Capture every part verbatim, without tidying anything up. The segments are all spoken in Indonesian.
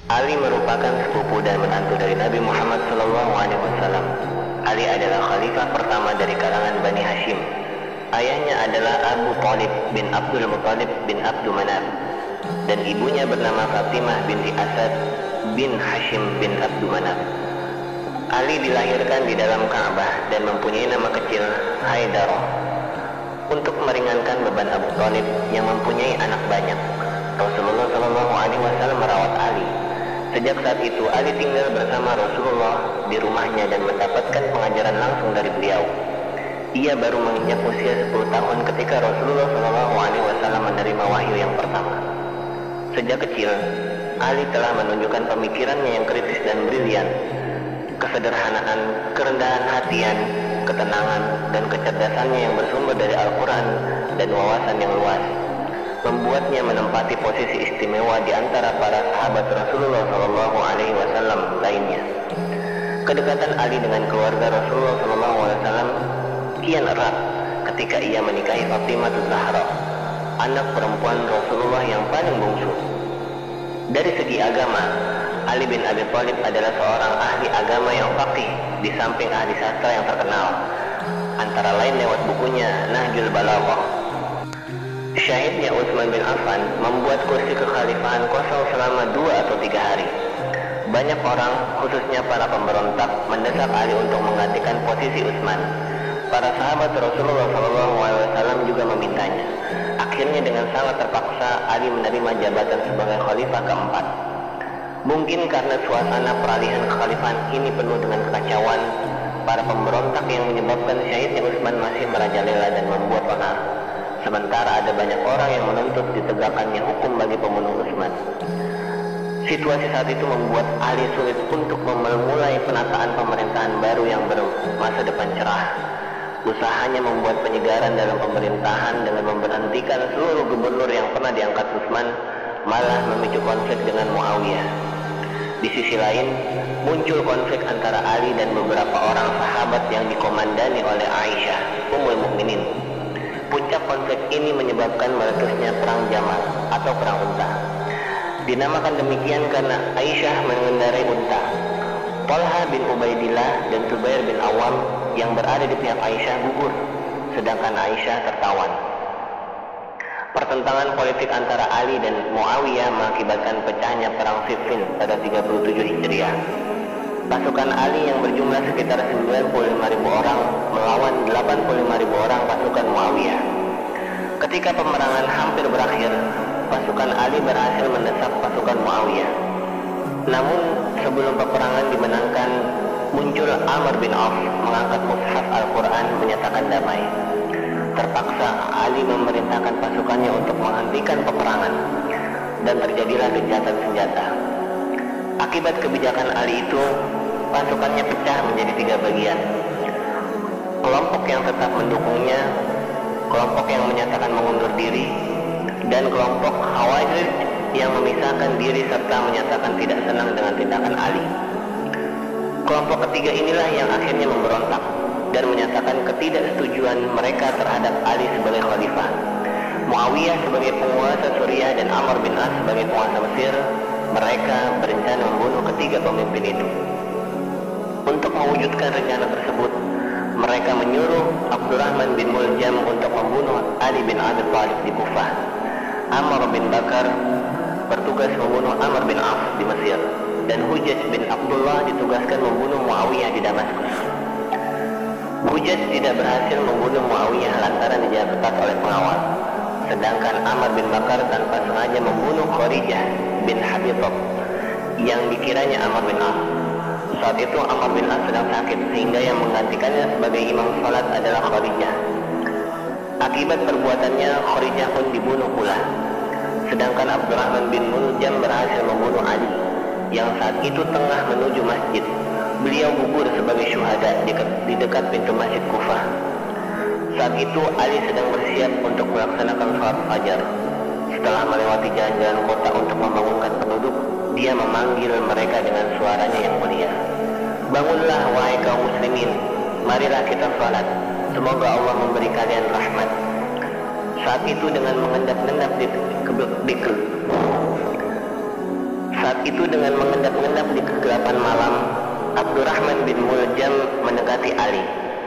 Ali merupakan sepupu dan menantu dari Nabi Muhammad shallallahu alaihi wasallam. Ali adalah khalifah pertama dari kalangan Bani Hashim. Ayahnya adalah Abu Thalib bin Abdul Muthalib bin Abdul Manaf, dan ibunya bernama Fatimah binti Asad bin Hashim bin Abdul Manaf. Ali dilahirkan di dalam Ka'bah dan mempunyai nama kecil Haidarah untuk meringankan beban Abu Thalib yang mempunyai anak banyak. Rasulullah shallallahu alaihi wasallam merawat Ali. Sejak saat itu Ali tinggal bersama Rasulullah di rumahnya dan mendapatkan pengajaran langsung dari beliau. Ia baru menginjak usia sepuluh tahun ketika Rasulullah shallallahu alaihi wasallam menerima wahyu yang pertama. Sejak kecil, Ali telah menunjukkan pemikirannya yang kritis dan brilian, kesederhanaan, kerendahan hatian, ketenangan, dan kecerdasannya yang bersumber dari Al-Quran dan wawasan yang luas, membuatnya menempati posisi istimewa di antara para sahabat Rasulullah shallallahu alaihi wasallam lainnya. Kedekatan Ali dengan keluarga Rasulullah shallallahu alaihi wasallam kian erat ketika ia menikahi Fatimah Zahra, anak perempuan Rasulullah yang paling bungsu. Dari segi agama, Ali bin Abi Thalib adalah seorang ahli agama yang faqih di samping ahli sastra yang terkenal, antara lain lewat bukunya Nahjul Balaghah. Syahidnya Utsman bin Affan membuat kursi kekhalifahan kosong selama dua atau tiga hari. Banyak orang, khususnya para pemberontak, mendesak Ali untuk menggantikan posisi Utsman. Para sahabat Rasulullah shallallahu alaihi wasallam juga memintanya. Akhirnya dengan sangat terpaksa Ali menerima jabatan sebagai khalifah keempat. Mungkin karena suasana peralihan kekhalifahan ini penuh dengan kekacauan, para pemberontak yang menyebabkan syahidnya Utsman masih merajalela dan membuat onar. Sementara ada banyak orang yang menuntut ditegakkannya hukum bagi pembunuh Utsman. Situasi saat itu membuat Ali sulit untuk memulai penataan pemerintahan baru yang bermasa depan cerah. Usahanya membuat penyegaran dalam pemerintahan dengan memberhentikan seluruh gubernur yang pernah diangkat Utsman, malah memicu konflik dengan Muawiyah. Di sisi lain, muncul konflik antara Ali dan beberapa orang sahabat yang dikomandani oleh Aisyah, Ummul Mukminin. Puncak konflik ini menyebabkan meletusnya perang Jamal atau perang unta. Dinamakan demikian karena Aisyah mengendarai unta. Talha bin Ubaidillah dan Zubair bin Awam yang berada di pihak Aisyah gugur, sedangkan Aisyah tertawan. Pertentangan politik antara Ali dan Muawiyah mengakibatkan pecahnya perang Siffin pada tiga puluh tujuh Hijriah. Pasukan Ali yang berjumlah sekitar sembilan puluh lima ribu orang melawan delapan puluh lima ribu orang pasukan Muawiyah. Ketika peperangan hampir berakhir, pasukan Ali berhasil mendesak pasukan Muawiyah. Namun sebelum peperangan dimenangkan, muncul Amr bin Auf mengangkat mushaf Al-Quran menyatakan damai. Terpaksa Ali memerintahkan pasukannya untuk menghentikan peperangan, dan terjadilah gencatan senjata. Akibat kebijakan Ali itu, pasukannya pecah menjadi tiga bagian. Kelompok yang tetap mendukungnya, kelompok yang menyatakan mengundur diri, dan kelompok Khawarij yang memisahkan diri serta menyatakan tidak senang dengan tindakan Ali. Kelompok ketiga inilah yang akhirnya memberontak dan menyatakan ketidaksetujuan mereka terhadap Ali sebagai khalifah. Muawiyah sebagai penguasa Suriah dan Amr bin As sebagai penguasa Mesir, mereka berencana membunuh ketiga pemimpin itu. Untuk mewujudkan rencana tersebut, mereka menyuruh Abdurrahman bin Muljam untuk membunuh Ali bin Abi Thalib di Kufah. Amr bin Bakar bertugas membunuh Amr bin Auf di Mesir, dan Hujaj bin Abdullah ditugaskan membunuh Muawiyah di Damaskus. Hujaj tidak berhasil membunuh Muawiyah lantaran dijaga ketat oleh pengawal, sedangkan Amr bin Bakar tanpa sengaja membunuh Kharijah bin Habithab yang dikiranya Amr bin Auf. Saat itu Amr bin Auf sedang sakit sehingga yang menggantikannya sebagai imam salat adalah Kharijah. Akibat perbuatannya, Kharijah pun dibunuh pula. Sedangkan Abdurrahman bin Muljam berhasil membunuh Ali yang saat itu tengah menuju masjid. Beliau gugur sebagai syuhada di, di dekat pintu masjid Kufah. Saat itu Ali sedang bersiap untuk melaksanakan sholat fajar. Setelah melewati jalan-jalan kota untuk membangunkan penduduk, dia memanggil mereka dengan suaranya yang mulia. Bangunlah wahai kaum muslimin, marilah kita sholat. Semoga Allah memberi kalian rahmat. Saat itu dengan mengendap-endap di bikr, Saat itu dengan mengendap-endap di kegelapan malam, Abdurrahman bin Muljam mendekati Ali.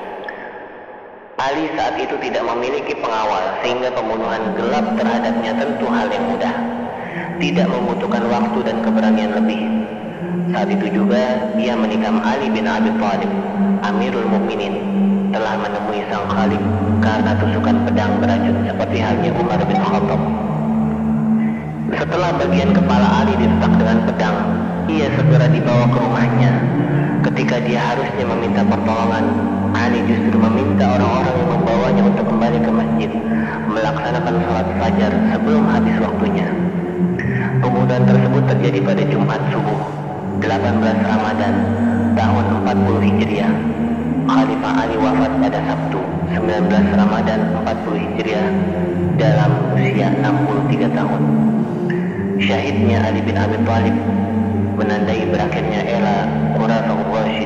Ali saat itu tidak memiliki pengawal sehingga pembunuhan gelap terhadapnya tentu hal yang mudah, tidak membutuhkan waktu dan keberanian lebih. Saat itu juga dia menikam Ali bin Abi Thalib, Amirul Mukminin, telah menemui sang khalif karena tusukan pedang beracun seperti halnya Umar bin Khattab. Setelah bagian kepala Ali diretak dengan pedang, ia segera dibawa ke rumahnya. Ketika dia harusnya meminta pertolongan, Ali justru meminta orang-orang yang membawanya untuk kembali ke masjid, melaksanakan sholat fajar sebelum habis waktunya. Pembunuhan tersebut terjadi pada Jumat subuh, delapan belas Ramadan, tahun empat puluh Hijriah. Khalifah Ali wafat pada Sabtu, sembilan belas Ramadan empat puluh Hijriah, dalam usia enam puluh tiga tahun. Syahidnya Ali bin Abi Thalib menandai berakhirnya era Khulafaur Rasyidin